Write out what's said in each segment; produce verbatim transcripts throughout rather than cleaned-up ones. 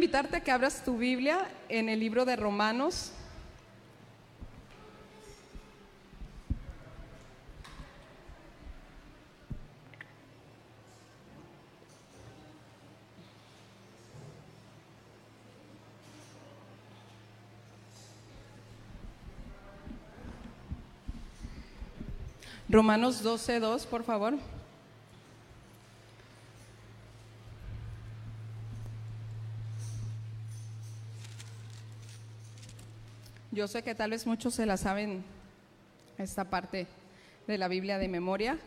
invitarte a que abras tu Biblia en el libro de Romanos. Romanos doce dos, por favor. Yo sé que tal vez muchos se la saben esta parte de la Biblia de memoria.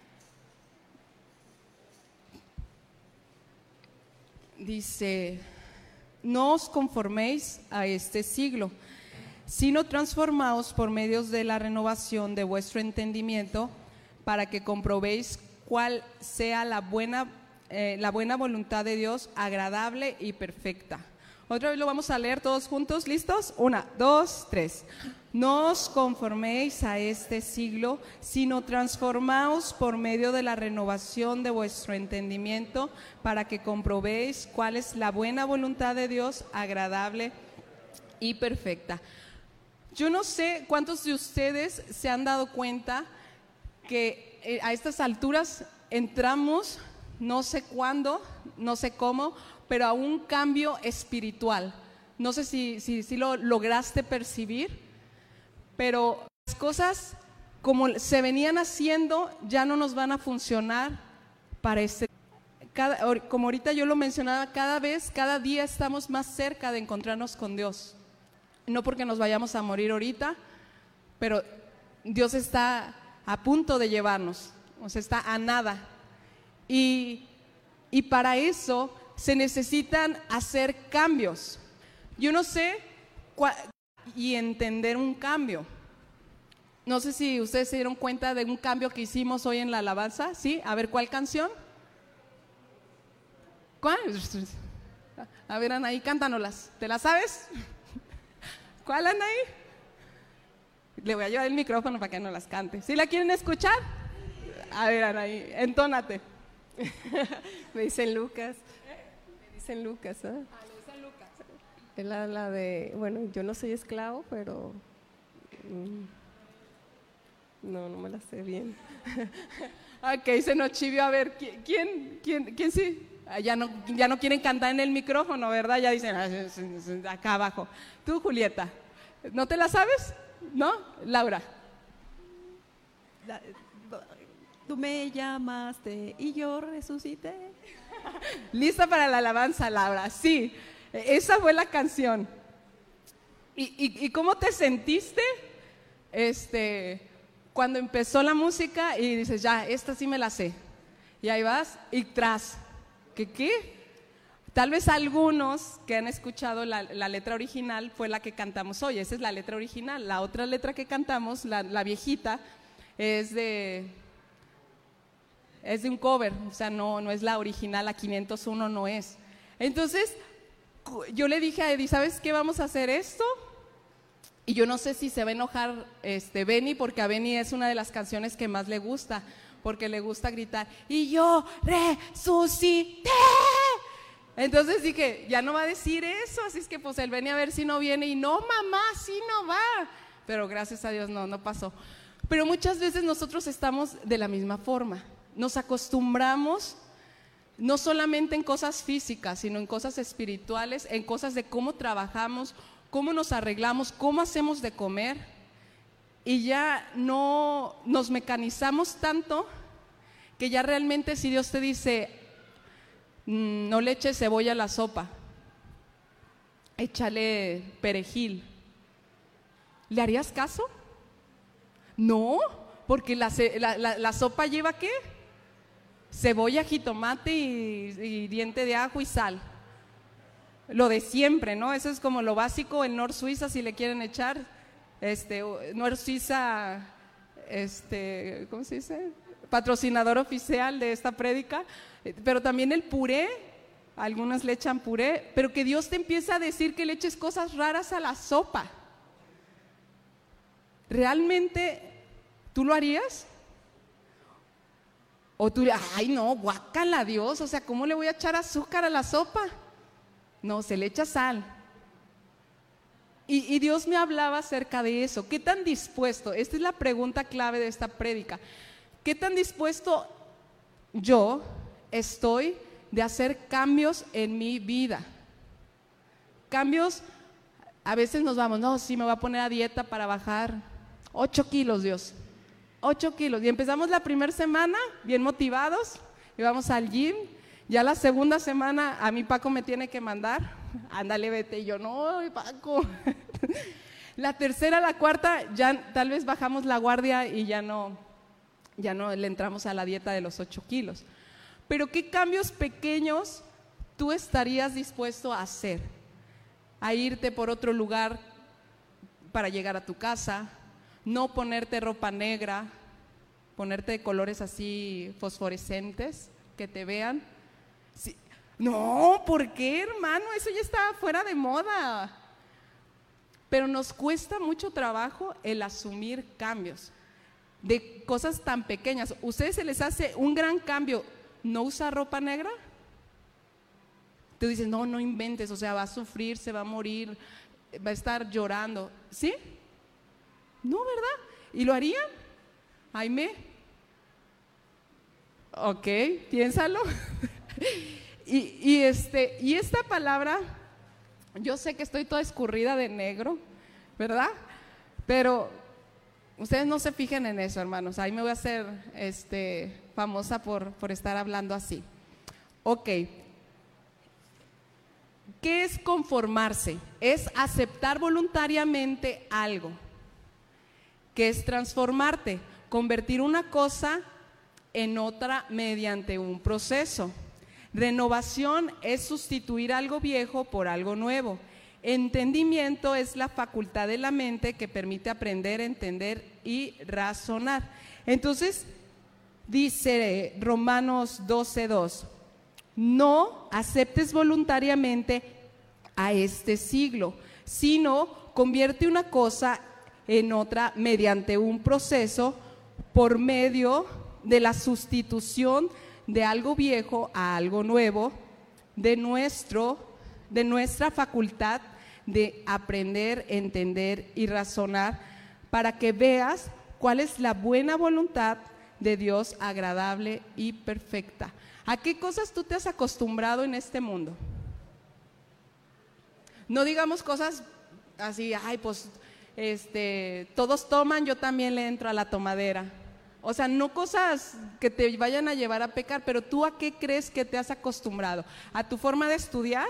Dice: no os conforméis a este siglo, sino transformaos por medios de la renovación de vuestro entendimiento, para que comprobéis cuál sea la buena, eh, la buena voluntad de Dios, agradable y perfecta. Otra vez lo vamos a leer todos juntos, ¿listos? Una, dos, tres. No os conforméis a este siglo, sino transformaos por medio de la renovación de vuestro entendimiento, para que comprobéis cuál es la buena voluntad de Dios, agradable y perfecta. Yo no sé cuántos de ustedes se han dado cuenta que a estas alturas entramos, no sé cuándo, no sé cómo, pero a un cambio espiritual. No sé si, si, si lo lograste percibir, pero las cosas como se venían haciendo ya no nos van a funcionar para este. Cada, como ahorita yo lo mencionaba, cada vez, cada día estamos más cerca de encontrarnos con Dios. No porque nos vayamos a morir ahorita, pero Dios está a punto de llevarnos, o sea, está a nada. Y, y para eso se necesitan hacer cambios. Yo no sé cuál, y entender un cambio. No sé si ustedes se dieron cuenta de un cambio que hicimos hoy en la alabanza, ¿sí? A ver, ¿cuál canción? ¿Cuál? A ver, Anaí, cántanoslas. ¿Te las sabes? ¿Cuál, Anaí? Le voy a llevar el micrófono para que no las cante. ¿Sí la quieren escuchar? A ver, Anaí, entónate. Me dicen Lucas. Me dicen Lucas, ¿eh? Ah, le dicen Lucas. Es la, la de, bueno, yo no soy esclavo, pero mm, no, no me la sé bien. Ok, se nos chivió. A ver, ¿quién, quién, quién, quién sí? Ah, ya no, ya no quieren cantar en el micrófono, ¿verdad? Ya dicen, ah, acá abajo. Tú, Julieta, ¿no te la sabes? ¿No? Laura. La, tú me llamaste y yo resucité. Lista para la alabanza, Laura. Sí, esa fue la canción. ¿Y, y, y cómo te sentiste este, cuando empezó la música y dices, ya, esta sí me la sé? Y ahí vas y tras. ¿Qué qué? Tal vez algunos que han escuchado la, la letra original fue la que cantamos hoy. Esa es la letra original. La otra letra que cantamos, la, la viejita, es de... es de un cover, o sea, no, no es la original, la quinientos uno no es. Entonces, yo le dije a Eddie, ¿sabes qué? Vamos a hacer esto. Y yo no sé si se va a enojar este, Benny, porque a Benny es una de las canciones que más le gusta, porque le gusta gritar, y yo resucité. Entonces dije, ya no va a decir eso, así es que pues él venía a ver si no viene, y no, mamá, sí no va. Pero gracias a Dios no, no pasó. Pero muchas veces nosotros estamos de la misma forma. Nos acostumbramos no solamente en cosas físicas, sino en cosas espirituales, en cosas de cómo trabajamos, cómo nos arreglamos, cómo hacemos de comer, y ya no nos mecanizamos tanto que ya realmente si Dios te dice, no le eches cebolla a la sopa, échale perejil, ¿le harías caso? No, porque la, la, la, la sopa lleva ¿qué? Cebolla, jitomate y, y diente de ajo y sal. Lo de siempre, ¿no? Eso es como lo básico. En Nor Suiza, si le quieren echar, este, Nor Suiza, este, ¿cómo se dice? Patrocinador oficial de esta prédica. Pero también el puré, algunas le echan puré, pero que Dios te empieza a decir que le eches cosas raras a la sopa. ¿Realmente tú lo harías? O tú, ay no, guácala Dios, o sea, ¿cómo le voy a echar azúcar a la sopa? No, se le echa sal. Y, y Dios me hablaba acerca de eso. ¿Qué tan dispuesto? Esta es la pregunta clave de esta prédica. ¿Qué tan dispuesto yo estoy de hacer cambios en mi vida? Cambios, a veces nos vamos, no, sí, me voy a poner a dieta para bajar ocho kilos, Dios. Ocho kilos. Y empezamos la primera semana bien motivados y vamos al gym. Ya la segunda semana a mí Paco me tiene que mandar, ándale, vete. Y yo, no, Paco. La tercera, la cuarta, ya tal vez bajamos la guardia y ya no, ya no le entramos a la dieta de los ocho kilos. Pero ¿qué cambios pequeños tú estarías dispuesto a hacer? A irte por otro lugar para llegar a tu casa, no ponerte ropa negra, ponerte de colores así fosforescentes, que te vean. Sí. No, ¿por qué, hermano? Eso ya está fuera de moda. Pero nos cuesta mucho trabajo el asumir cambios de cosas tan pequeñas. ¿Ustedes se les hace un gran cambio no usar ropa negra? Tú dices, no, no inventes, o sea, va a sufrir, se va a morir, va a estar llorando. ¿Sí? No, ¿verdad? ¿Y lo harían? Jaime. Ok, piénsalo. y, y, este, y esta palabra, yo sé que estoy toda escurrida de negro, ¿verdad? Pero ustedes no se fijen en eso, hermanos. Ahí me voy a hacer este, famosa por, por estar hablando así. Ok. ¿Qué es conformarse? Es aceptar voluntariamente algo. ¿Qué es transformarte? Convertir una cosa en otra mediante un proceso. Renovación es sustituir algo viejo por algo nuevo. Entendimiento es la facultad de la mente que permite aprender, entender y razonar. Entonces, dice Romanos doce dos, no aceptes voluntariamente a este siglo, sino convierte una cosa en otra mediante un proceso por medio de la sustitución de algo viejo a algo nuevo, de, nuestro, de nuestra facultad de aprender, entender y razonar, para que veas cuál es la buena voluntad de Dios, agradable y perfecta. ¿A qué cosas tú te has acostumbrado en este mundo? No digamos cosas así, ay, pues este, todos toman, yo también le entro a la tomadera. O sea, no cosas que te vayan a llevar a pecar, pero ¿tú a qué crees que te has acostumbrado? ¿A tu forma de estudiar?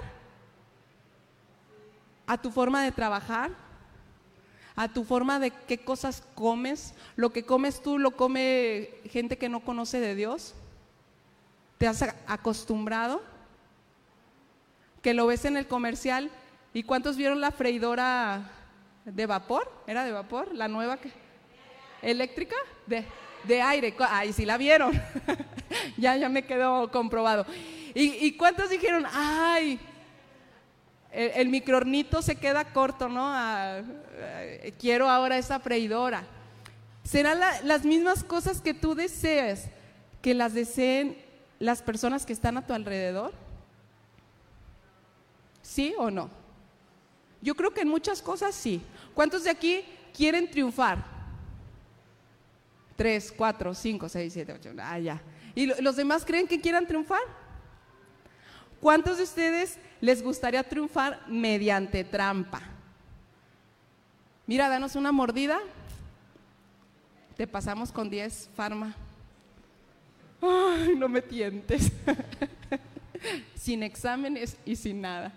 ¿A tu forma de trabajar? ¿A tu forma de qué cosas comes? ¿Lo que comes tú lo come gente que no conoce de Dios? ¿Te has acostumbrado? ¿Que lo ves en el comercial? ¿Y cuántos vieron la freidora de vapor? ¿Era de vapor? ¿La nueva que? ¿Eléctrica? De, de aire. Ay, sí la vieron. ya, ya me quedó comprobado. ¿Y, y cuántos dijeron, ay, el, el microornito se queda corto, ¿no? A, a, quiero ahora esa freidora. ¿Serán la, las mismas cosas que tú deseas que las deseen las personas que están a tu alrededor? ¿Sí o no? Yo creo que en muchas cosas sí. ¿Cuántos de aquí quieren triunfar? Tres, cuatro, cinco, seis, siete, ocho. Ah, ya. ¿Y los demás creen que quieran triunfar? ¿Cuántos de ustedes les gustaría triunfar mediante trampa? Mira, danos una mordida. Te pasamos con diez farma. Ay, no me tientes. Sin exámenes y sin nada.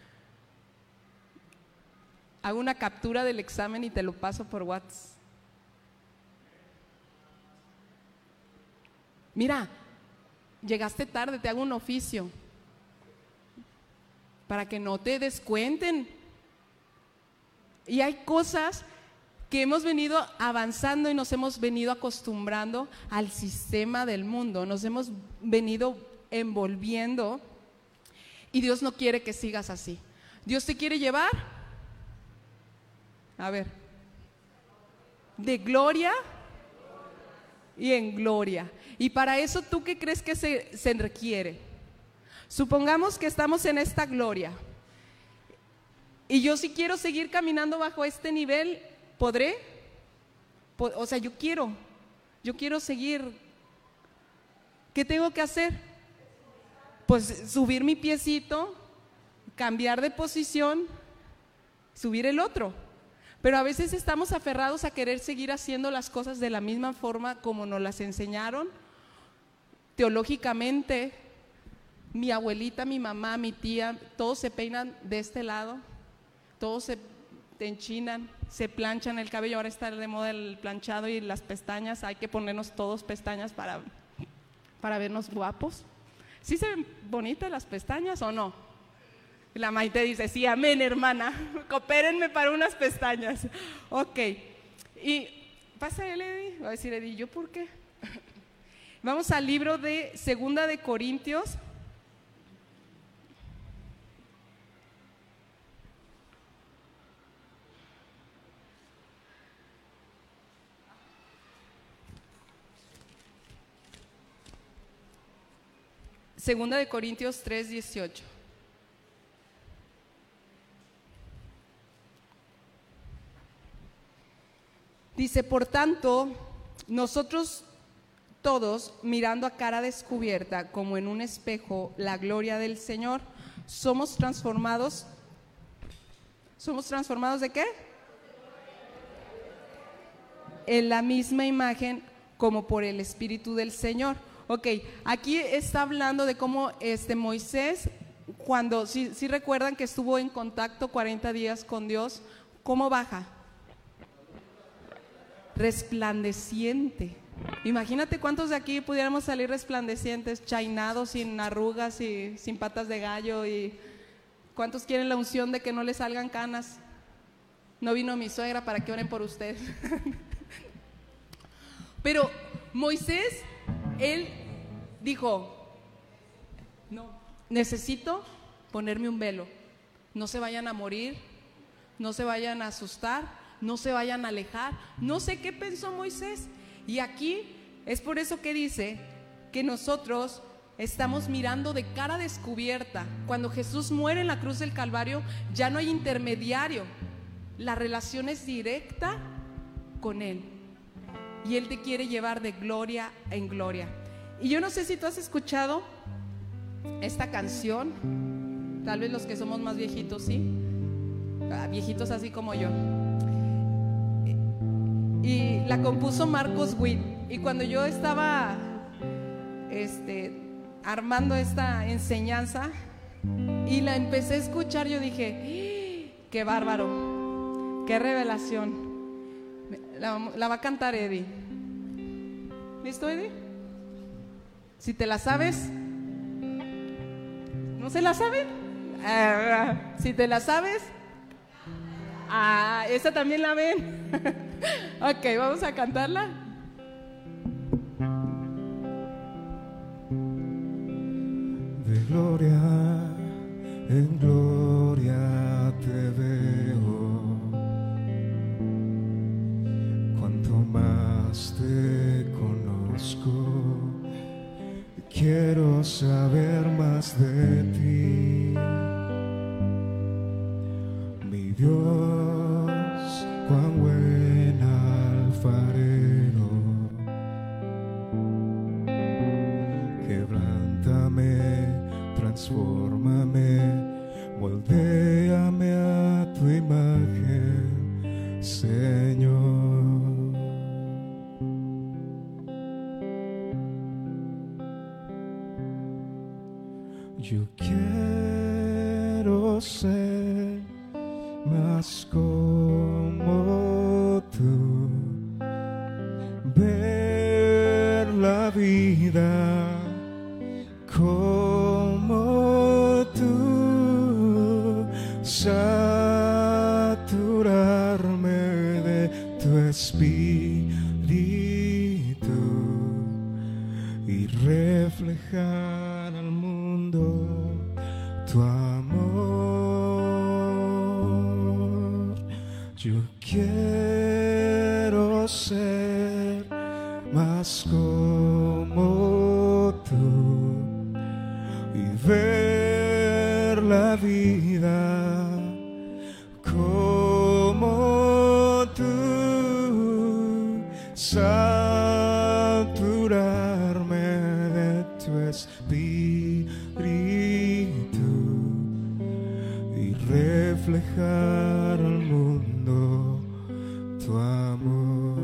Hago una captura del examen y te lo paso por WhatsApp. Mira, llegaste tarde, te hago un oficio para que no te descuenten. Y hay cosas que hemos venido avanzando y nos hemos venido acostumbrando al sistema del mundo, nos hemos venido envolviendo y Dios no quiere que sigas así. Dios te quiere llevar, a ver, de gloria y en gloria. Y para eso, ¿tú qué crees que se, se requiere? Supongamos que estamos en esta gloria Y yo si quiero seguir caminando bajo este nivel, ¿podré? O sea, yo quiero, yo quiero seguir. ¿Qué tengo que hacer? Pues subir mi piecito, cambiar de posición, subir el otro. Pero a veces estamos aferrados a querer seguir haciendo las cosas de la misma forma como nos las enseñaron. Teológicamente, mi abuelita, mi mamá, mi tía, todos se peinan de este lado, todos se enchinan, se planchan el cabello. Ahora está de moda el planchado y las pestañas. Hay que ponernos todos pestañas para, para vernos guapos. ¿Sí se ven bonitas las pestañas o no? La Maite dice, sí, amén, hermana, coopérenme para unas pestañas. Ok, y pasa el Eddie, va a decir Eddie, ¿yo por qué? Vamos al libro de Segunda de Corintios. Segunda de Corintios tres, dieciocho. Dice, por tanto, nosotros todos, mirando a cara descubierta, como en un espejo, la gloria del Señor, somos transformados. ¿Somos transformados de qué? En la misma imagen como por el Espíritu del Señor. Ok, aquí está hablando de cómo este Moisés, cuando, si, si recuerdan que estuvo en contacto cuarenta días con Dios, ¿cómo baja? Resplandeciente. Imagínate cuántos de aquí pudiéramos salir resplandecientes, chainados, sin arrugas y sin patas de gallo. Y ¿cuántos quieren la unción de que no les salgan canas? No vino mi suegra para que oren por ustedes. Pero Moisés, él dijo, no, necesito ponerme un velo. No se vayan a morir, no se vayan a asustar, no se vayan a alejar. No sé qué pensó Moisés. Y aquí es por eso que dice que nosotros estamos mirando de cara descubierta. Cuando Jesús muere en la cruz del Calvario, ya no hay intermediario. La relación es directa con Él. Y Él te quiere llevar de gloria en gloria. Y yo no sé si tú has escuchado esta canción. Tal vez los que somos más viejitos, sí. Ah, viejitos así como yo. Y la compuso Marcos Witt. Y cuando yo estaba este, armando esta enseñanza y la empecé a escuchar, yo dije, ¡qué bárbaro! ¡Qué revelación! La, la va a cantar Eddie. ¿Listo, Eddie? Si te la sabes. ¿No se la sabe? Ah, si te la sabes. Ah, esa también la ven. Ok, vamos a cantarla. De gloria en gloria te veo, cuanto más te conozco, quiero saber más de ti, mi Dios, cuán buen alfarero, quebrántame, transfórmame, moldéame a tu imagen, Señor. Yo quiero ser más como tú, ver la vida como tú, saturarme de tu espíritu y reflejar al mundo tu amor. Yo quiero ser más como tú y ver la vida Espíritu y reflejar al mundo tu amor.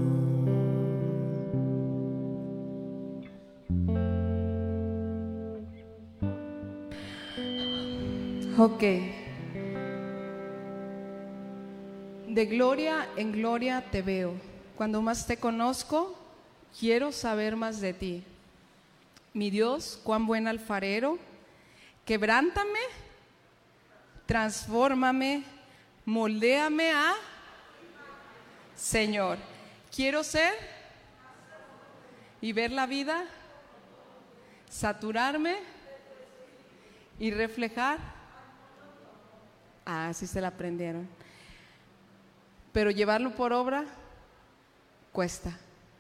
Ok. De gloria en gloria te veo. Cuando más te conozco, quiero saber más de ti. Mi Dios, cuán buen alfarero, quebrántame, transfórmame, moldéame a Señor. Quiero ser y ver la vida, saturarme y reflejar. Ah, sí se la aprendieron. Pero llevarlo por obra cuesta.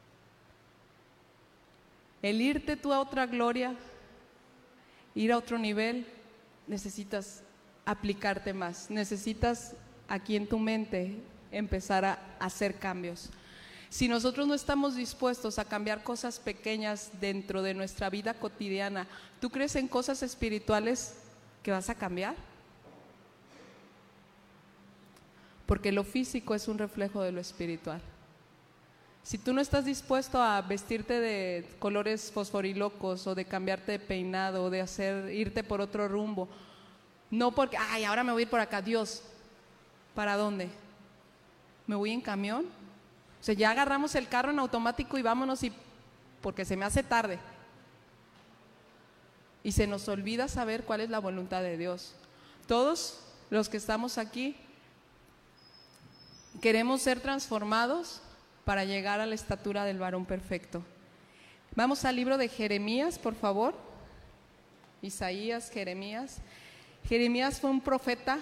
El irte tú a otra gloria, ir a otro nivel, necesitas aplicarte más, necesitas aquí en tu mente empezar a hacer cambios. Si nosotros no estamos dispuestos a cambiar cosas pequeñas dentro de nuestra vida cotidiana, ¿tú crees en cosas espirituales que vas a cambiar? Porque lo físico es un reflejo de lo espiritual. Si tú no estás dispuesto a vestirte de colores fosforilocos o de cambiarte de peinado o de hacer, irte por otro rumbo, no porque, ay, ahora me voy a ir por acá, Dios, ¿para dónde? ¿Me voy en camión? O sea, ya agarramos el carro en automático y vámonos y porque se me hace tarde. Y se nos olvida saber cuál es la voluntad de Dios. Todos los que estamos aquí queremos ser transformados para llegar a la estatura del varón perfecto. Vamos al libro de Jeremías, por favor. Isaías, Jeremías. Jeremías fue un profeta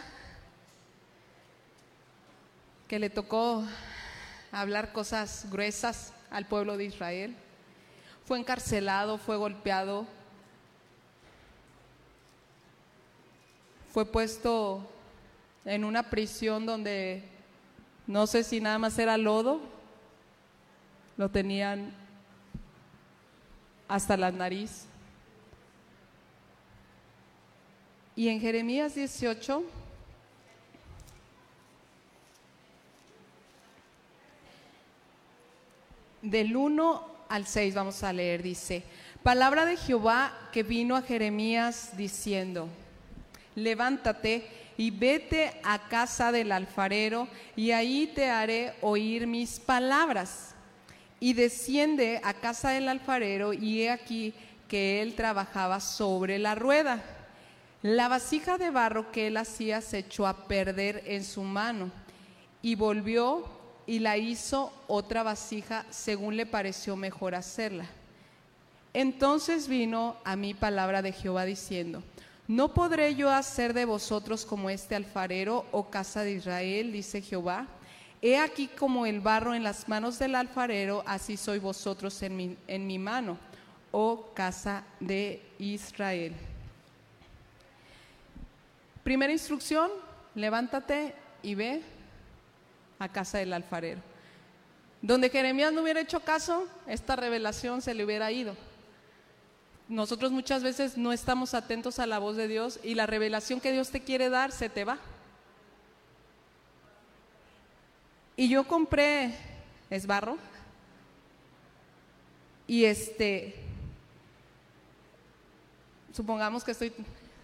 que le tocó hablar cosas gruesas al pueblo de Israel. Fue encarcelado, fue golpeado, fue puesto en una prisión donde no sé si nada más era lodo, lo tenían hasta la nariz. Y en Jeremías dieciocho, del uno al seis vamos a leer, dice: palabra de Jehová que vino a Jeremías diciendo: levántate y vete a casa del alfarero, y ahí te haré oír mis palabras. Y desciende a casa del alfarero, y he aquí que él trabajaba sobre la rueda. La vasija de barro que él hacía se echó a perder en su mano, y volvió y la hizo otra vasija según le pareció mejor hacerla. Entonces vino a mí palabra de Jehová diciendo: ¿no podré yo hacer de vosotros como este alfarero, oh casa de Israel? Dice Jehová. He aquí como el barro en las manos del alfarero, así sois vosotros en mi, en mi mano, oh casa de Israel. Primera instrucción: levántate y ve a casa del alfarero. Donde Jeremías no hubiera hecho caso, esta revelación se le hubiera ido. Nosotros muchas veces no estamos atentos a la voz de Dios y la revelación que Dios te quiere dar se te va. Y yo compré, es barro, y este, supongamos que estoy,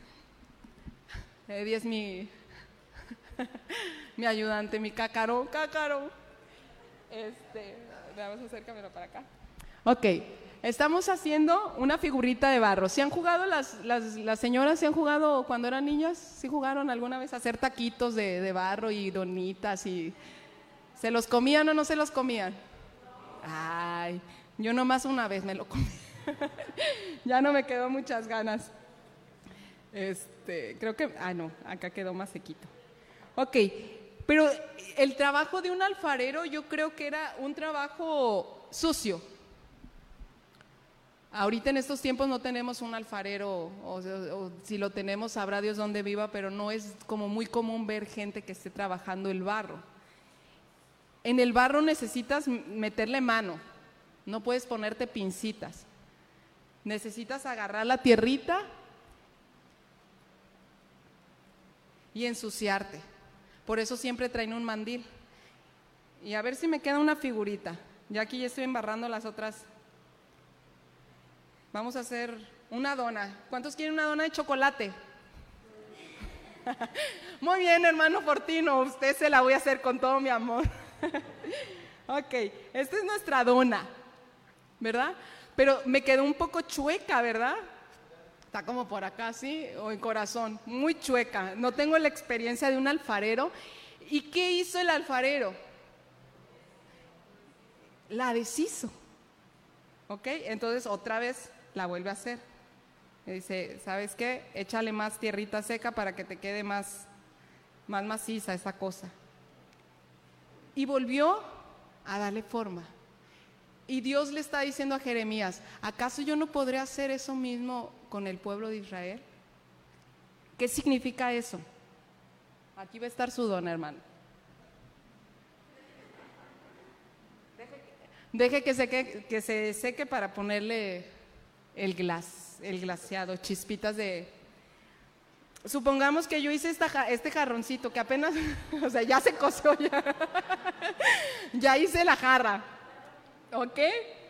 Eddie es mi, mi ayudante, mi cácaro, cácaro, este, vamos a acércamelo para acá. Ok, estamos haciendo una figurita de barro. ¿Sí han jugado las, las, las señoras, ¿sí han jugado cuando eran niñas? ¿Sí jugaron alguna vez a hacer taquitos de, de barro y donitas y... ¿Se los comían o no se los comían? Ay, yo nomás una vez me lo comí. Ya no me quedó muchas ganas. Este, creo que, ah no, acá quedó más sequito. Ok, pero el trabajo de un alfarero yo creo que era un trabajo sucio. Ahorita en estos tiempos no tenemos un alfarero, o, o si lo tenemos sabrá Dios dónde viva, pero no es como muy común ver gente que esté trabajando el barro. En el barro necesitas meterle mano, no puedes ponerte pincitas. necesitas agarrar la tierrita y ensuciarte. Por eso siempre traen un mandil. Y a ver si me queda una figurita. Ya aquí ya estoy embarrando las otras. Vamos a hacer una dona. ¿Cuántos quieren una dona de chocolate? Muy bien, hermano Fortino, usted se la voy a hacer con todo mi amor. Ok, esta es nuestra dona, ¿verdad? Pero me quedó un poco chueca, ¿verdad? Está como por acá, ¿sí? O en corazón, muy chueca. No tengo la experiencia de un alfarero. ¿Y qué hizo el alfarero? La deshizo. ¿Ok? Entonces otra vez la vuelve a hacer. Y dice, ¿sabes qué? Échale más tierrita seca para que te quede más, más maciza esa cosa. Y volvió a darle forma. Y Dios le está diciendo a Jeremías, ¿acaso yo no podré hacer eso mismo con el pueblo de Israel? ¿Qué significa eso? Aquí va a estar su dona, hermano. Deje que seque, que se seque para ponerle el glas, el glaseado, chispitas de... Supongamos que yo hice esta, este jarroncito que apenas, o sea, ya se coció, ya, ya hice la jarra, ¿ok?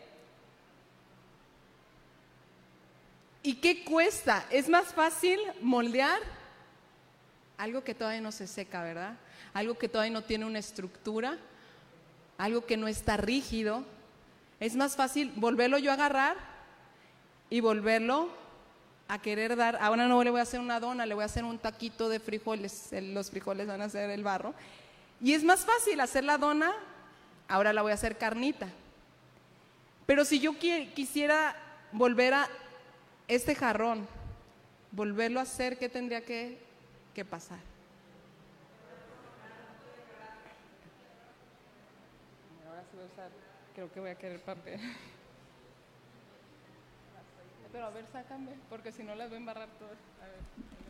¿Y qué cuesta? Es más fácil moldear algo que todavía no se seca, ¿verdad? Algo que todavía no tiene una estructura, algo que no está rígido. Es más fácil volverlo yo a agarrar y volverlo a querer dar. Ahora no le voy a hacer una dona, le voy a hacer un taquito de frijoles. Los frijoles van a ser el barro. Y es más fácil hacer la dona, ahora la voy a hacer carnita. Pero si yo quisiera volver a este jarrón, volverlo a hacer, ¿qué tendría que, que pasar? Ahora sí voy a usar, creo que voy a querer papel. Pero a ver, sácame, porque si no las voy a embarrar todas. A ver.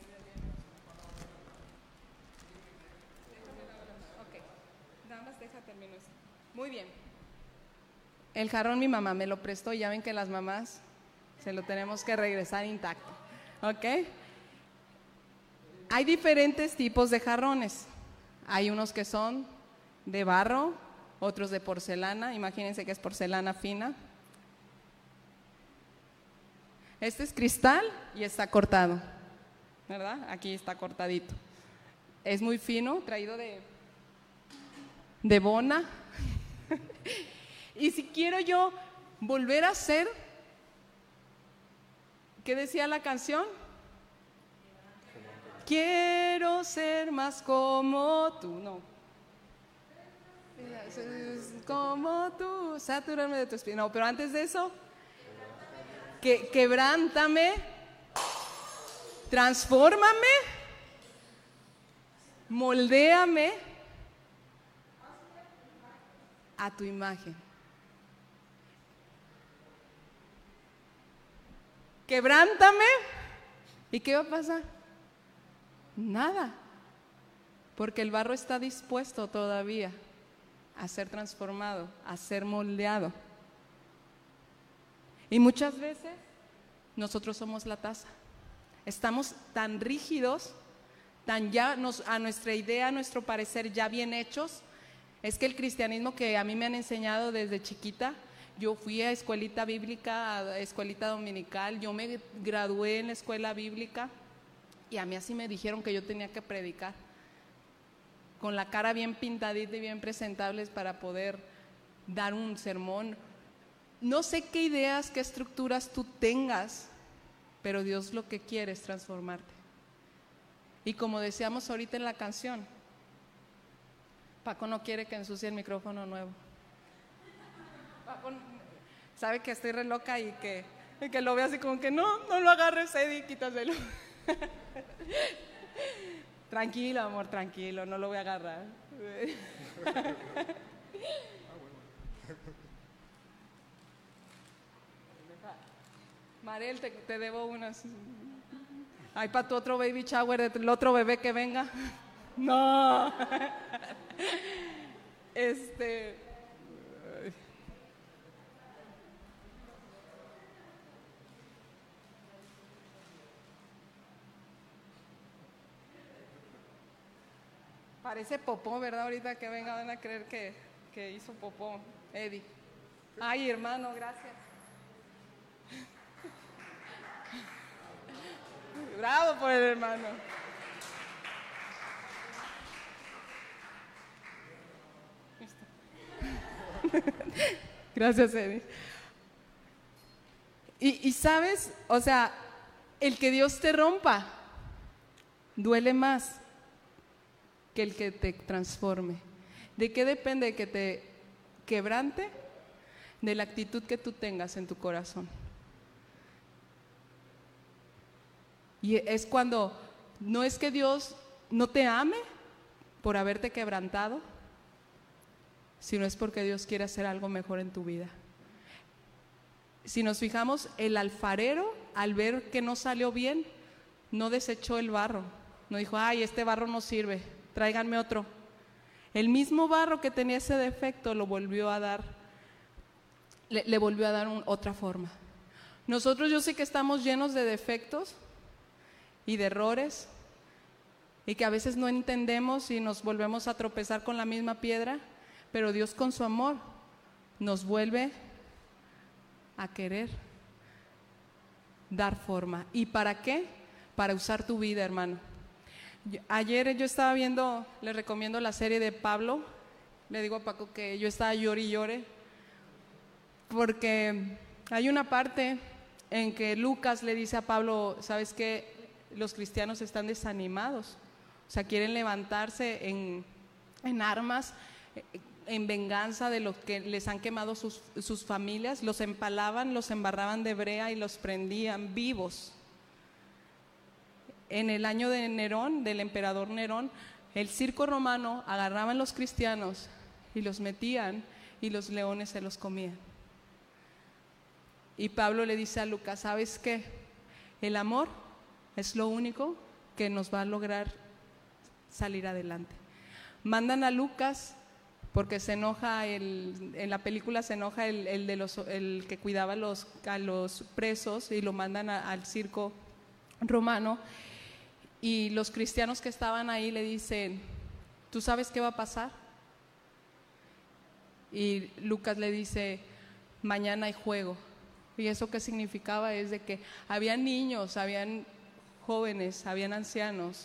Ok, nada más deja termino eso. Muy bien. El jarrón mi mamá me lo prestó, ya ven que las mamás se lo tenemos que regresar intacto. ¿Ok? Hay diferentes tipos de jarrones. Hay unos que son de barro, otros de porcelana. Imagínense que es porcelana fina. Este es cristal y está cortado, ¿verdad? Aquí está cortadito. Es muy fino, traído de, de Bona. Y si quiero yo volver a hacer, ¿qué decía la canción? Quiero ser más como tú, no. Como tú, saturarme de tu espíritu. No, pero antes de eso, que, quebrántame, transfórmame, moldéame a tu imagen. Quebrántame, ¿y qué va a pasar? Nada, porque el barro está dispuesto todavía a ser transformado, a ser moldeado. Y muchas veces nosotros somos la taza. Estamos tan rígidos, tan ya nos, a nuestra idea, a nuestro parecer ya bien hechos. Es que el cristianismo que a mí me han enseñado desde chiquita, yo fui a escuelita bíblica, a escuelita dominical, yo me gradué en la escuela bíblica y a mí así me dijeron que yo tenía que predicar, con la cara bien pintadita y bien presentables para poder dar un sermón. No sé qué ideas, qué estructuras tú tengas, pero Dios lo que quiere es transformarte. Y como decíamos ahorita en la canción, Paco no quiere que ensucie el micrófono nuevo. Paco sabe que estoy re loca y que, y que lo ve así como que no, no lo agarres, Eddie, quítaselo. Tranquilo, amor, tranquilo, no lo voy a agarrar. Marel, te, te debo unas. Ay, para tu otro baby shower, el otro bebé que venga. No. Este. Parece popó, ¿verdad? Ahorita que venga van a creer que, que hizo popó, Eddie. Ay, hermano, gracias. Bravo por el hermano. Gracias, Eddie. Y, y sabes, o sea, el que Dios te rompa duele más que el que te transforme. ¿De qué depende que te quebrante? De la actitud que tú tengas en tu corazón. Y es cuando, no es que Dios no te ame por haberte quebrantado, sino es porque Dios quiere hacer algo mejor en tu vida. Si nos fijamos, el alfarero, al ver que no salió bien, no desechó el barro, no dijo, ay, este barro no sirve, tráiganme otro. El mismo barro que tenía ese defecto lo volvió a dar, le, le volvió a dar un, otra forma. Nosotros, yo sé que estamos llenos de defectos y de errores, y que a veces no entendemos y nos volvemos a tropezar con la misma piedra, pero Dios con su amor nos vuelve a querer dar forma. ¿Y para qué? Para usar tu vida, hermano. Yo, ayer yo estaba viendo, les recomiendo la serie de Pablo. Le digo a Paco que yo estaba llore y llore, porque hay una parte en que Lucas le dice a Pablo, ¿sabes qué? Los cristianos están desanimados, o sea, quieren levantarse en, en armas, en venganza de lo que les han quemado sus, sus familias, los empalaban, los embarraban de brea y los prendían vivos. En el año de Nerón, del emperador Nerón, el circo romano agarraban los cristianos y los metían y los leones se los comían. Y Pablo le dice a Lucas, ¿sabes qué? El amor es lo único que nos va a lograr salir adelante. Mandan a Lucas porque se enoja, el, en la película se enoja el, el, de los, el que cuidaba los, a los presos y lo mandan a, al circo romano, y los cristianos que estaban ahí le dicen, ¿tú sabes qué va a pasar? Y Lucas le dice, mañana hay juego. ¿Y eso qué significaba? Es de que habían niños, habían jóvenes, habían ancianos,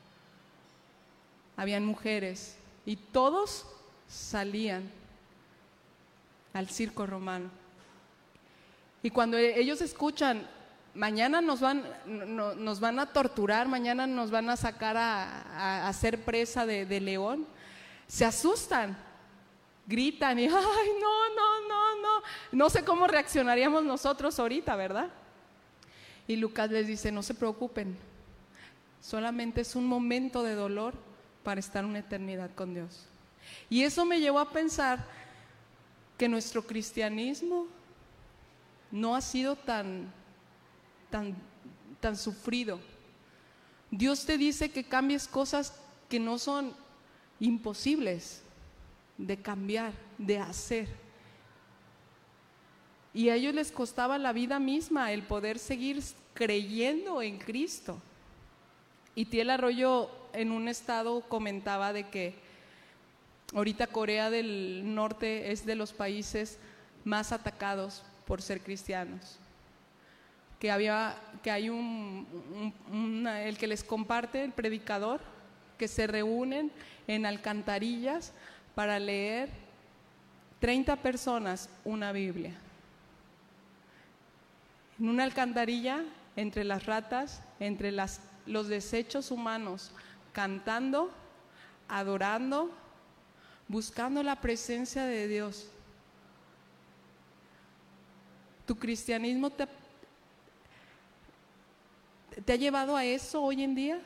habían mujeres, y todos salían al circo romano. Y cuando ellos escuchan, mañana nos van, no, nos van a torturar, mañana nos van a sacar a, a, a ser presa de, de león, se asustan, gritan y ay, no, no, no, no, no sé cómo reaccionaríamos nosotros ahorita, ¿verdad? Y Lucas les dice, no se preocupen, solamente es un momento de dolor para estar una eternidad con Dios. Y eso me llevó a pensar que nuestro cristianismo no ha sido tan, tan, tan sufrido. Dios te dice que cambies cosas que no son imposibles de cambiar, de hacer. Y a ellos les costaba la vida misma el poder seguir creyendo en Cristo. Y Tiel Arroyo en un estado comentaba de que ahorita Corea del Norte es de los países más atacados por ser cristianos. Que había, que hay un, un una, el que les comparte, el predicador, que se reúnen en alcantarillas para leer treinta personas una Biblia. En una alcantarilla, entre las ratas, entre las, los desechos humanos, cantando, adorando, buscando la presencia de Dios. ¿Tu cristianismo te, te ha llevado a eso hoy en día?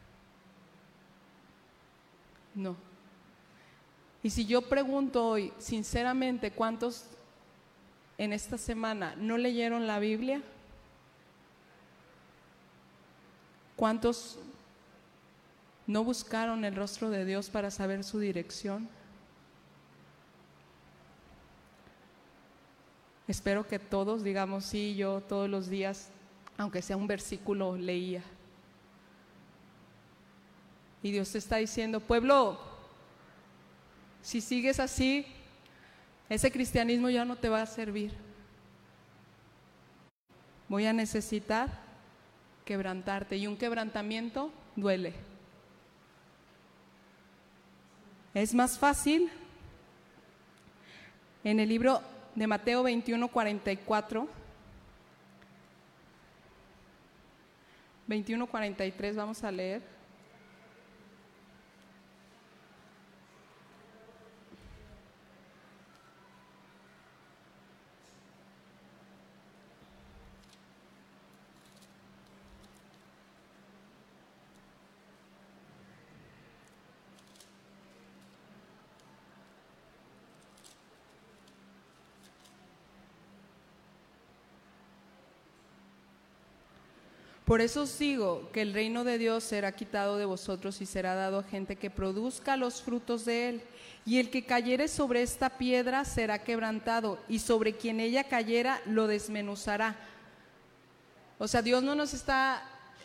No. Y si yo pregunto hoy, sinceramente, ¿cuántos en esta semana no leyeron la Biblia? ¿Cuántos no buscaron el rostro de Dios para saber su dirección? Espero que todos digamos, sí, yo todos los días, aunque sea un versículo, leía. Y Dios te está diciendo, pueblo, si sigues así, ese cristianismo ya no te va a servir. Voy a necesitar quebrantarte, y un quebrantamiento duele. Es más fácil en el libro de Mateo veintiuno, cuarenta y cuatro, veintiuno, cuarenta y tres, vamos a leer. Por eso os digo que el reino de Dios será quitado de vosotros y será dado a gente que produzca los frutos de él. Y el que cayere sobre esta piedra será quebrantado, y sobre quien ella cayera lo desmenuzará. O sea, Dios no nos está...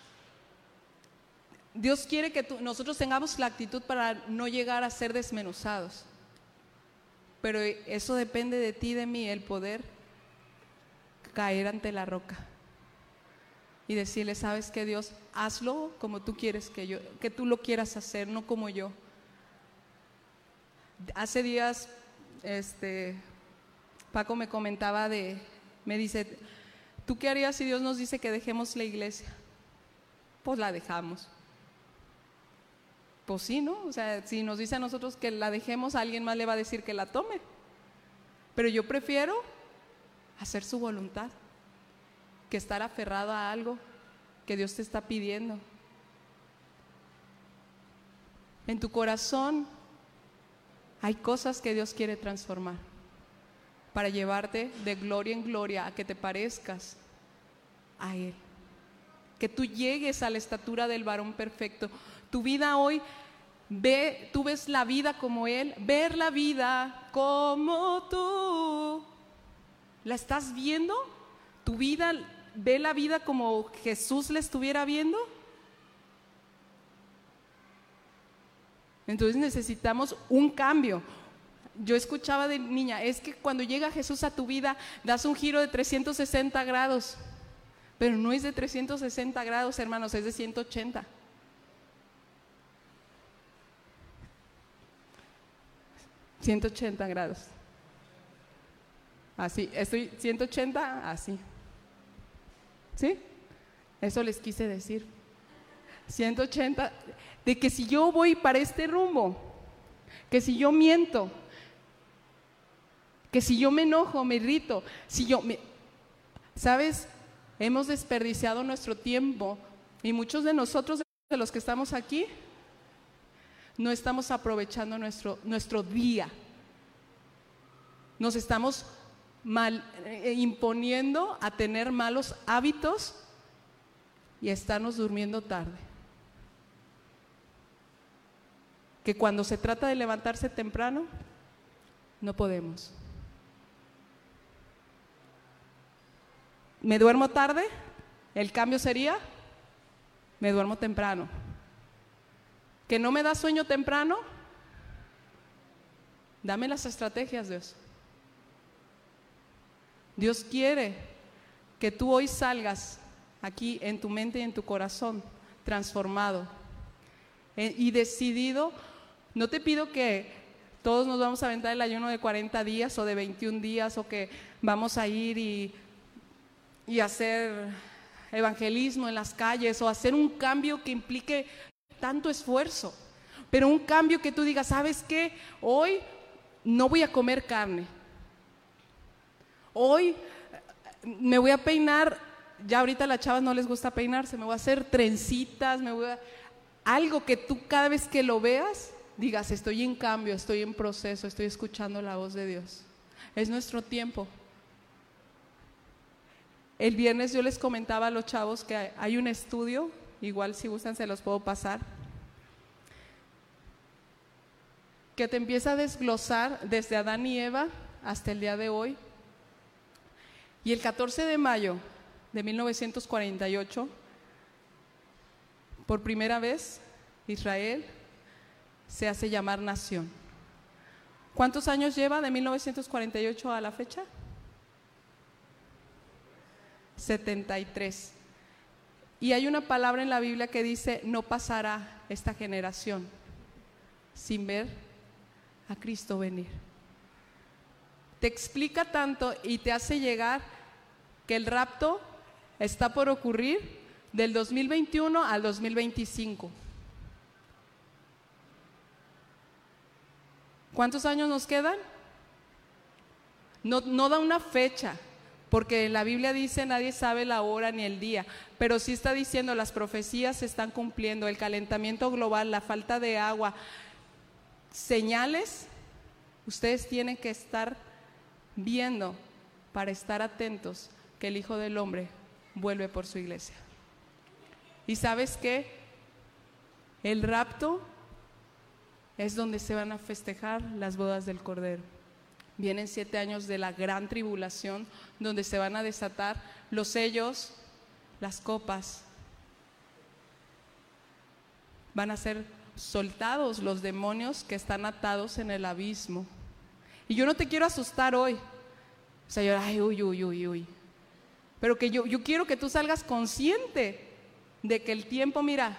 Dios quiere que tú, nosotros tengamos la actitud para no llegar a ser desmenuzados. Pero eso depende de ti y de mí, el poder caer ante la roca. Y decirle, ¿sabes qué, Dios? Hazlo como tú quieres que yo, que tú lo quieras hacer, no como yo. Hace días, este, Paco me comentaba de, me dice, ¿tú qué harías si Dios nos dice que dejemos la iglesia? Pues la dejamos. Pues sí, ¿no? O sea, si nos dice a nosotros que la dejemos, a alguien más le va a decir que la tome. Pero yo prefiero hacer su voluntad que estar aferrado a algo que Dios te está pidiendo. En tu corazón hay cosas que Dios quiere transformar para llevarte de gloria en gloria a que te parezcas a Él, que tú llegues a la estatura del varón perfecto. Tu vida hoy, ve, tú ves la vida como Él, ver la vida como tú. ¿La estás viendo? ¿Tu vida ve la vida como Jesús la estuviera viendo? Entonces necesitamos un cambio. Yo escuchaba de niña, es que cuando llega Jesús a tu vida das un giro de trescientos sesenta grados, pero no es de trescientos sesenta grados, hermanos, es de ciento ochenta. ciento ochenta grados. Así, estoy ciento ochenta, así. ¿Sí? Eso les quise decir. ciento ochenta, de que si yo voy para este rumbo, que si yo miento, que si yo me enojo, me irrito, si yo, me, ¿sabes? Hemos desperdiciado nuestro tiempo y muchos de nosotros, de los que estamos aquí, no estamos aprovechando nuestro, nuestro día. Nos estamos mal, eh, imponiendo a tener malos hábitos y a estarnos durmiendo tarde. Que cuando se trata de levantarse temprano, no podemos. ¿Me duermo tarde? El cambio sería, me duermo temprano. ¿Que no me da sueño temprano? Dame las estrategias, Dios. Dios quiere que tú hoy salgas aquí en tu mente y en tu corazón transformado eh, y decidido. No te pido que todos nos vamos a aventar el ayuno de cuarenta días o de veintiún días o que vamos a ir y, y hacer evangelismo en las calles o hacer un cambio que implique tanto esfuerzo, pero un cambio que tú digas, ¿sabes qué? Hoy no voy a comer carne. Hoy me voy a peinar, ya ahorita a las chavas no les gusta peinarse, me voy a hacer trencitas, me voy a... algo que tú cada vez que lo veas, digas, estoy en cambio, estoy en proceso, estoy escuchando la voz de Dios. Es nuestro tiempo. El viernes yo les comentaba a los chavos que hay un estudio, igual si gustan se los puedo pasar, que te empieza a desglosar desde Adán y Eva hasta el día de hoy. Y el catorce de mayo de mil novecientos cuarenta y ocho, por primera vez, Israel se hace llamar nación. ¿Cuántos años lleva de mil novecientos cuarenta y ocho a la fecha? setenta y tres. Y hay una palabra en la Biblia que dice: no pasará esta generación sin ver a Cristo venir. Te explica tanto y te hace llegar que el rapto está por ocurrir del dos mil veintiuno al dos mil veinticinco. ¿Cuántos años nos quedan? No, no da una fecha, porque la Biblia dice nadie sabe la hora ni el día, pero sí está diciendo las profecías se están cumpliendo, el calentamiento global, la falta de agua, señales, ustedes tienen que estar viendo para estar atentos que el Hijo del Hombre vuelve por su iglesia. ¿Y sabes qué? El rapto es donde se van a festejar las bodas del Cordero. Vienen siete años de la gran tribulación, donde se van a desatar los sellos, las copas. Van a ser soltados los demonios que están atados en el abismo. Y yo no te quiero asustar hoy. O sea, yo, ay, uy, uy, uy, uy. Pero que yo, yo quiero que tú salgas consciente de que el tiempo, mira,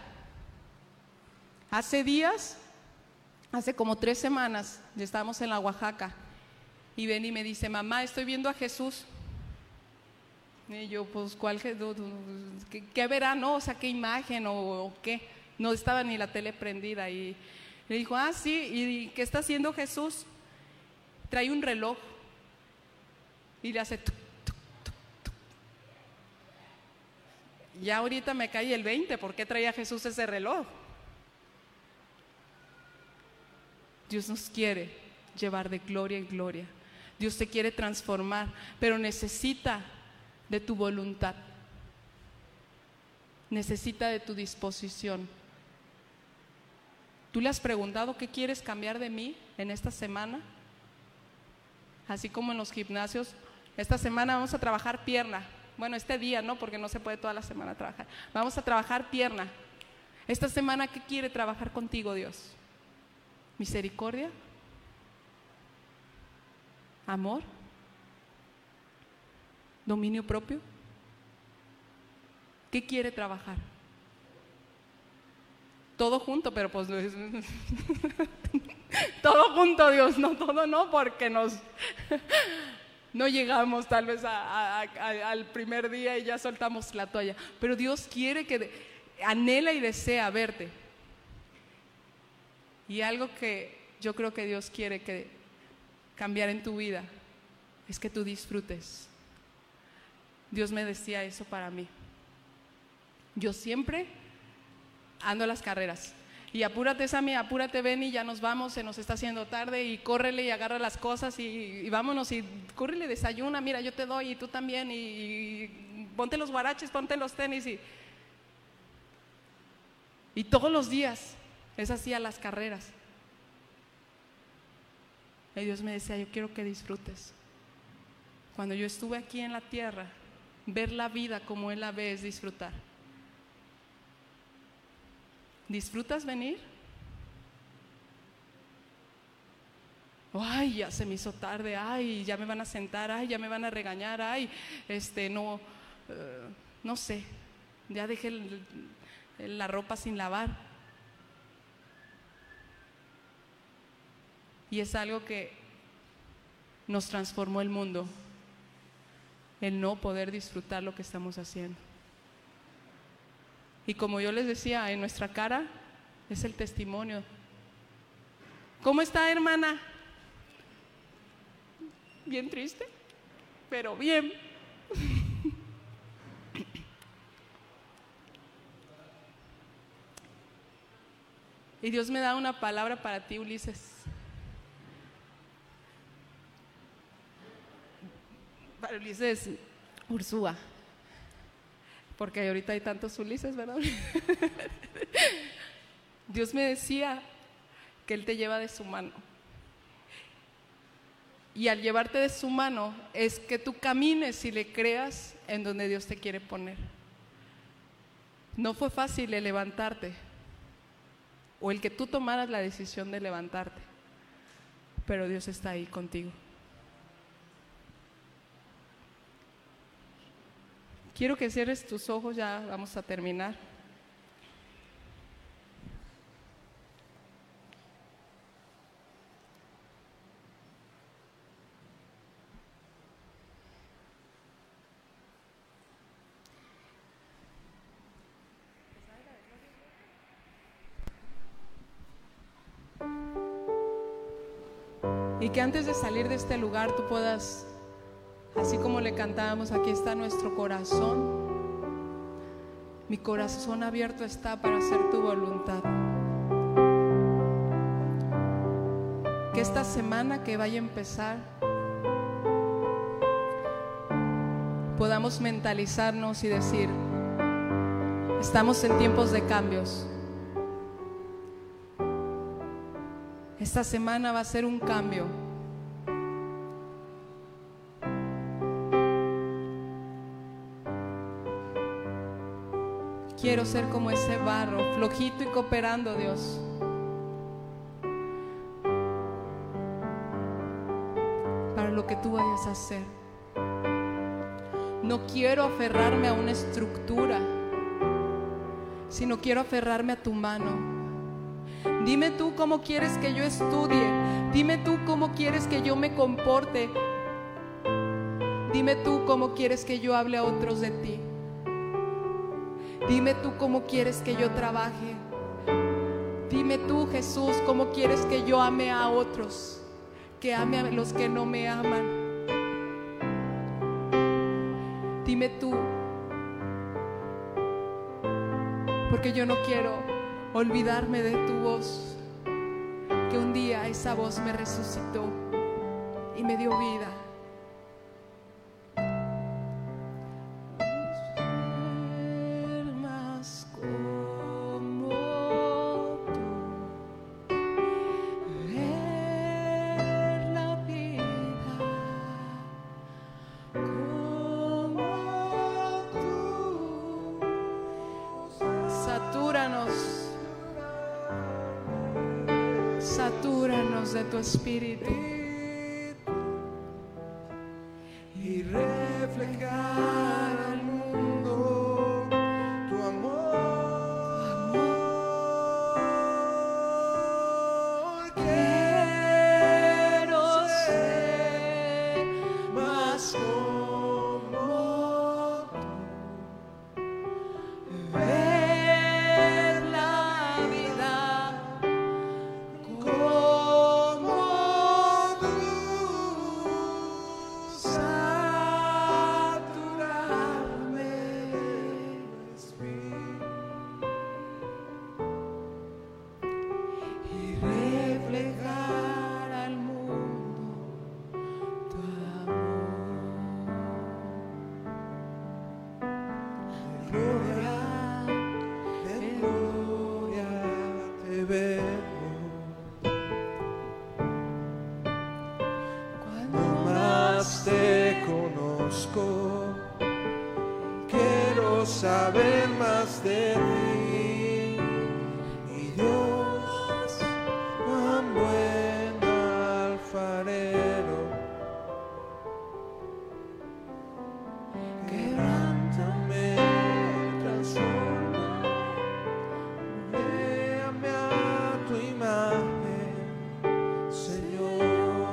hace días, hace como tres semanas, ya estábamos en la Oaxaca, y ven y me dice: mamá, estoy viendo a Jesús. Y yo, pues, ¿cuál Jesús? ¿Qué, qué verá, no? O sea, ¿qué imagen o, o qué? No estaba ni la tele prendida. Y le dijo: ah, sí, ¿y qué está haciendo Jesús? Trae un reloj y le hace tuc, tuc, tuc, tuc. Ya ahorita me cae el veinte, ¿por qué traía Jesús ese reloj? Dios nos quiere llevar de gloria en gloria. Dios te quiere transformar, pero necesita de tu voluntad, necesita de tu disposición. ¿Tú le has preguntado qué quieres cambiar de mí en esta semana? Así como en los gimnasios, esta semana vamos a trabajar pierna. Bueno, este día no, porque no se puede toda la semana trabajar. Vamos a trabajar pierna. Esta semana, ¿qué quiere trabajar contigo Dios? ¿Misericordia? ¿Amor? ¿Dominio propio? ¿Qué quiere trabajar? Todo junto, pero pues todo junto, Dios, no todo no, porque nos no llegamos tal vez a, a, a, al primer día y ya soltamos la toalla, pero Dios quiere que de, anhela y desea verte. Y algo que yo creo que Dios quiere que cambiar en tu vida es que tú disfrutes. Dios me decía eso para mí. Yo siempre ando a las carreras y apúrate, Sammy, apúrate, ven y ya nos vamos, se nos está haciendo tarde, y córrele y agarra las cosas y, y vámonos, y córrele, desayuna, mira, yo te doy y tú también, y, y ponte los guaraches, ponte los tenis, y, y todos los días es así a las carreras. Y Dios me decía: yo quiero que disfrutes. Cuando yo estuve aquí en la tierra, ver la vida como Él la ve es disfrutar. ¿Disfrutas venir? Ay, ya se me hizo tarde, ay, ya me van a sentar, ay, ya me van a regañar, ay, este, no, uh, no sé, ya dejé el, el, la ropa sin lavar. Y es algo que nos transformó el mundo, el no poder disfrutar lo que estamos haciendo. Y como yo les decía, en nuestra cara es el testimonio. ¿Cómo está, hermana? Bien triste, pero bien. Y Dios me da una palabra para ti, Ulises. Para Ulises Ursúa, porque ahorita hay tantos Ulises, ¿verdad? Dios me decía que Él te lleva de su mano, y al llevarte de su mano es que tú camines y le creas en donde Dios te quiere poner. No fue fácil el levantarte, o el que tú tomaras la decisión de levantarte, pero Dios está ahí contigo. Quiero que cierres tus ojos, ya vamos a terminar. Y que antes de salir de este lugar tú puedas, así como le cantábamos, aquí está nuestro corazón. Mi corazón abierto está para hacer tu voluntad. Que esta semana que vaya a empezar podamos mentalizarnos y decir, estamos en tiempos de cambios. Esta semana va a ser un cambio. Quiero ser como ese barro, flojito y cooperando, Dios. Para lo que tú vayas a hacer. No quiero aferrarme a una estructura, sino quiero aferrarme a tu mano. Dime tú cómo quieres que yo estudie. Dime tú cómo quieres que yo me comporte. Dime tú cómo quieres que yo hable a otros de ti. Dime tú cómo quieres que yo trabaje. Dime tú, Jesús, cómo quieres que yo ame a otros, que ame a los que no me aman. Dime tú, porque yo no quiero olvidarme de tu voz, que un día esa voz me resucitó y me dio vida. Ser más como tú, ver la vida como tú. Satúranos. Satúranos de tu espíritu y reflejar al mundo tu amor. Quiero ser más como tú, ver la vida como tú, saturarme de tu espíritu y reflejar al mundo tu amor. De gloria, de gloria te veo. cuando Más te conozco, quiero saber más de ti. Y Dios, cuán buen alfarero, quebrántame, transforma, véame a tu imagen, Señor.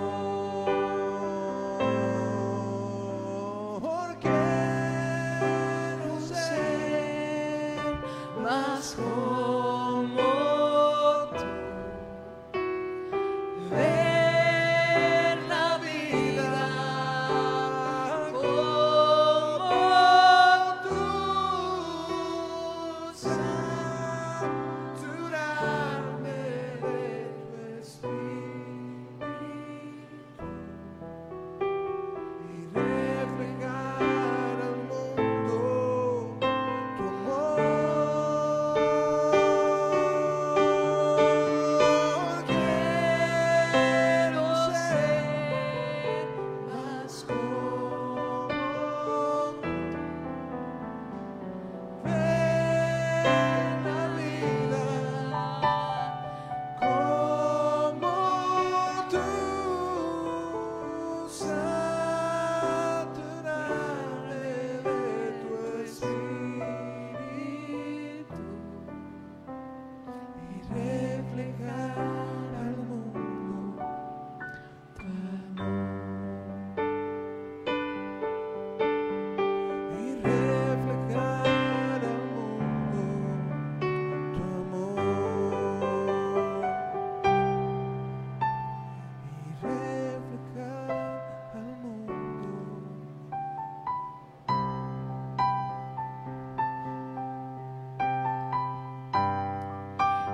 Quiero ser más como tú, ver la vida como tú, saturarme de tu espíritu y reflejar al mundo tu amor.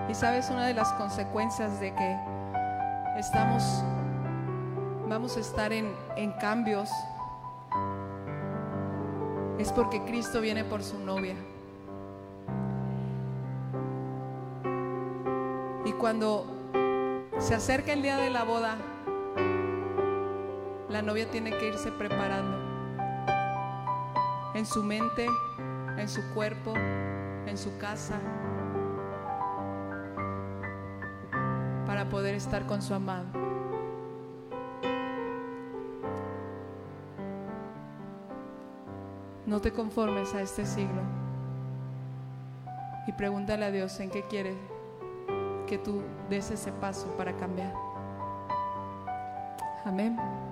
Y sabes, una de las consecuencias de que estamos, vamos a estar en, en cambios, es porque Cristo viene por su novia. Y cuando se acerca el día de la boda, la novia tiene que irse preparando en su mente, en su cuerpo, en su casa, para poder estar con su amado. No te conformes a este siglo y pregúntale a Dios en qué quiere que tú des ese paso para cambiar. Amén.